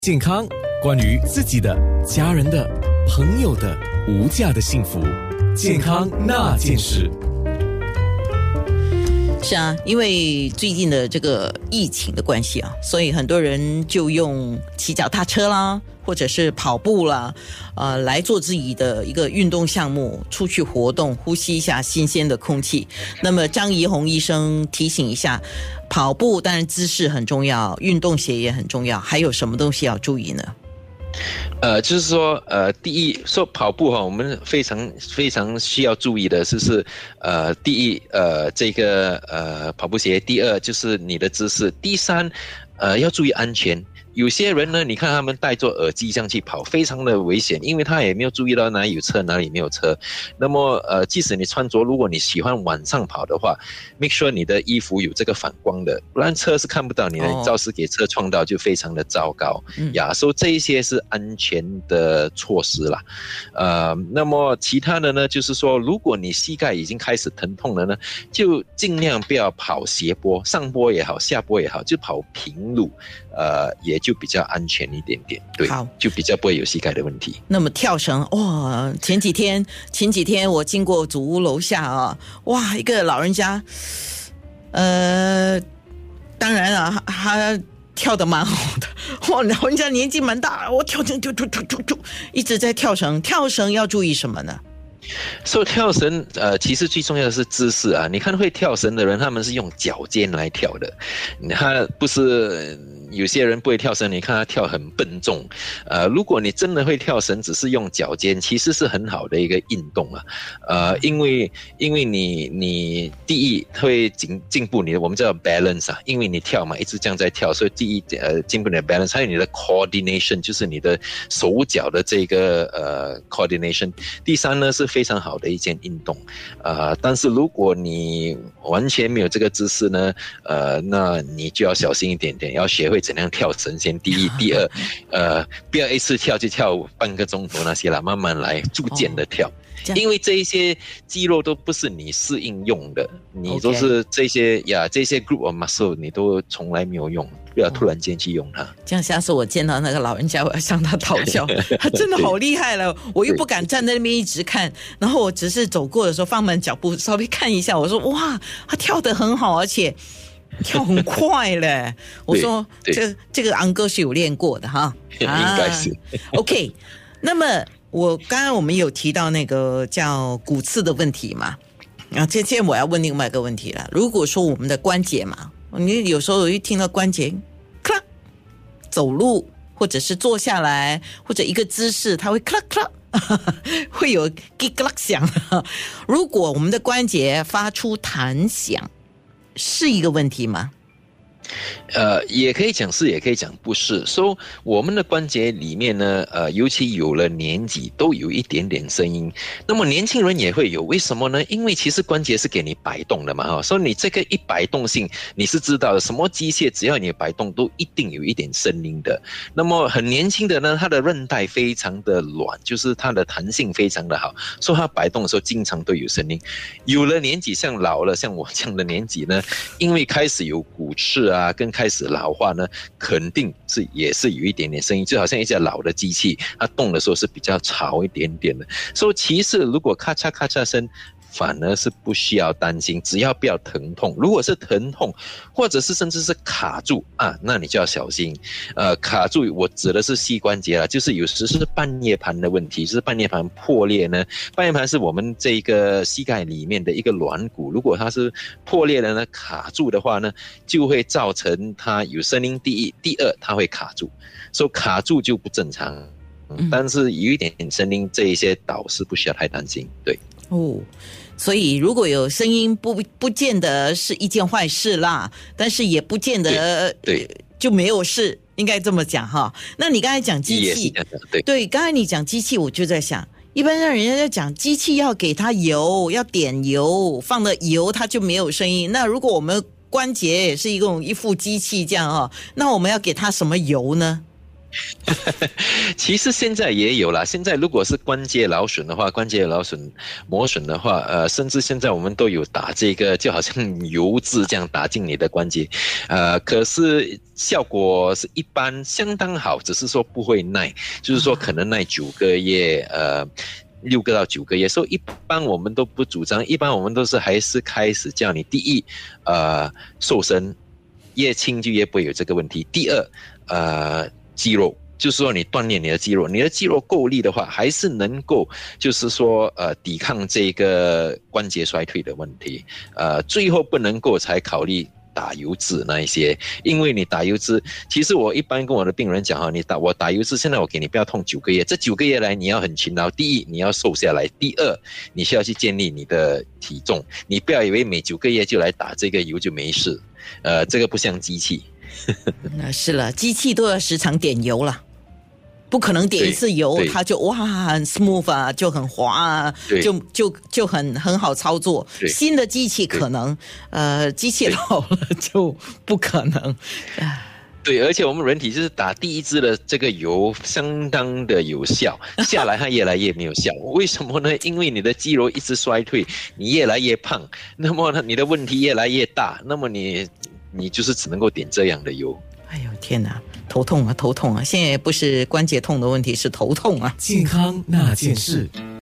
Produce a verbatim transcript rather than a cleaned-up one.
健康，关于自己的、家人的、朋友的无价的幸福，健康那件事。 是啊，因为最近的这个疫情的关系啊，所以很多人就用骑脚踏车啦，或者是跑步啦，呃，来做自己的一个运动项目，出去活动，呼吸一下新鲜的空气。那么张怡红医生提醒一下，跑步当然姿势很重要，运动鞋也很重要，还有什么东西要注意呢？ 呃，就是说，呃，第一，说跑步哈，我们非常非常需要注意的是是，呃，第一，呃，这个呃跑步鞋；第二就是你的姿势；第三，呃，要注意安全。有些人呢，你看他们戴着耳机这样去跑，非常的危险，因为他也没有注意到哪里有车，哪里没有车。那么，呃，即使你穿着，如果你喜欢晚上跑的话 ，make sure 你的衣服有这个反光的，不然车是看不到你的，你肇事给车撞到就非常的糟糕。呀，所以这一些是安全的措施啦。呃，那么其他的呢，就是说，如果你膝盖已经开始疼痛了呢，就尽量不要跑斜坡，上坡也好，下坡也好，就跑平路，呃，也就比较安全一点点，对， 好， 就比较不会有膝盖的问题。 那么跳绳，哇，前几天前几天我经过祖屋楼下啊，哇，一个老人家，呃，当然了，他跳得蛮好的，哇，老人家年纪蛮大，我跳绳就就就就就一直在跳绳，跳绳要注意什么呢？ 所以跳绳，呃，其实最重要的是姿势啊。你看会跳绳的人，他们是用脚尖来跳的，他不是。有些人不会跳绳，你看他跳很笨重。呃，如果你真的会跳绳，只是用脚尖，其实是很好的一个运动啊。呃，因为因为你你第一会进进步你的我们叫 balance 啊，因为你跳嘛，一直这样在跳，所以第一呃进步你的 balance， 还有你的 coordination， 就是你的手脚的这个呃 coordination。第三呢是非常好的一件运动。呃，但是如果你完全没有这个姿势呢，呃，那你就要小心一点点，要学会怎样跳绳先。第一，第二，呃，不要一次跳就跳半个钟头那些啦，慢慢来，逐渐的跳。哦，因为这一些肌肉都不是你适应用的，你都是这些呀，这些 group of muscle 你都从来没有用，不要突然间去用它。 这样下次我见到那个老人家，我要向他讨教，他真的好厉害了，我又不敢站在那边一直看，然后我只是走过的时候放慢脚步，稍微看一下，我说哇，他跳得很好，而且跳很快嘞！我说这这个昂哥是有练过的哈， 应该是。 啊、OK， 那么我刚刚我们有提到那个叫骨刺的问题嘛，啊，现在我要问另外一个问题了。如果说我们的关节嘛，你有时候一听到关节，咔，走路或者是坐下来或者一个姿势，它会咔咔。会有叽嘎响。如果我们的关节发出弹响，是一个问题吗？ 呃，也可以讲是，也可以讲不是。所以我们的关节里面呢，呃，尤其有了年纪，都有一点点声音。那么年轻人也会有，为什么呢？因为其实关节是给你摆动的嘛，哈，所以你这个一摆动性，你是知道的，什么机械只要你摆动，都一定有一点声音的。那么很年轻的呢，它的韧带非常的软，就是它的弹性非常的好，所以它摆动的时候经常都有声音。有了年纪，像老了，像我这样的年纪呢，因为开始有骨刺啊。啊，跟开始老化呢，肯定是也是有一点点声音，就好像一架老的机器，它动的时候是比较吵一点点的。所以其实如果咔嚓咔嚓声，反而是不需要担心，只要不要疼痛。如果是疼痛，或者是甚至是卡住啊，那你就要小心。呃，卡住我指的是膝关节啦，就是有时是半月盘的问题，就是半月盘破裂呢。半月盘是我们这个膝盖里面的一个软骨，如果它是破裂了呢，卡住的话呢，就会造成它有声音。第一，第二，它会卡住，所以卡住就不正常。嗯、但是有一点点声音，这一些倒是不需要太担心，对。 哦，所以如果有声音不不见得是一件坏事啦，但是也不见得 对, 对就没有事，应该这么讲哈。那你刚才讲机器，对, 对，刚才你讲机器，我就在想，一般让人家在讲机器要给它油，要点油，放了油它就没有声音。那如果我们关节也是一种一副机器这样哈，那我们要给它什么油呢？ 其实现在也有啦，现在如果是关节劳损的话，关节劳损、磨损的话，呃，甚至现在我们都有打这个，就好像油渍这样打进你的关节，呃，可是效果是一般相当好，只是说不会耐，就是说可能耐九个月，呃。六个到九个月，所以一般我们都不主张，一般我们都是还是开始叫你第一，呃，瘦身，越轻就越不会有这个问题。第二，呃，肌肉，就是说你锻炼你的肌肉，你的肌肉够力的话，还是能够，就是说呃，抵抗这个关节衰退的问题。呃，最后不能够才考虑打油脂那一些，因为你打油脂，其实我一般跟我的病人讲哈，你打我打油脂，现在我给你不要痛九个月，这九个月来你要很勤劳。第一，你要瘦下来；第二，你需要去建立你的体重。你不要以为每九个月就来打这个油就没事，呃，这个不像机器。 那是了，机器都要时常点油了。不可能点一次油，它就哇很 smooth 啊，就很滑啊，就就就很很好操作。新的机器可能，呃，机器老了就不可能。 对，而且我们人体就是打第一支的这个油相当的有效，下来它越来越没有效。为什么呢？因为你的肌肉一直衰退，你越来越胖，那么呢，你的问题越来越大，那么你你就是只能够点这样的油。 哎呦天哪，头痛啊，头痛啊！现在不是关节痛的问题，是头痛啊。 健康那件事。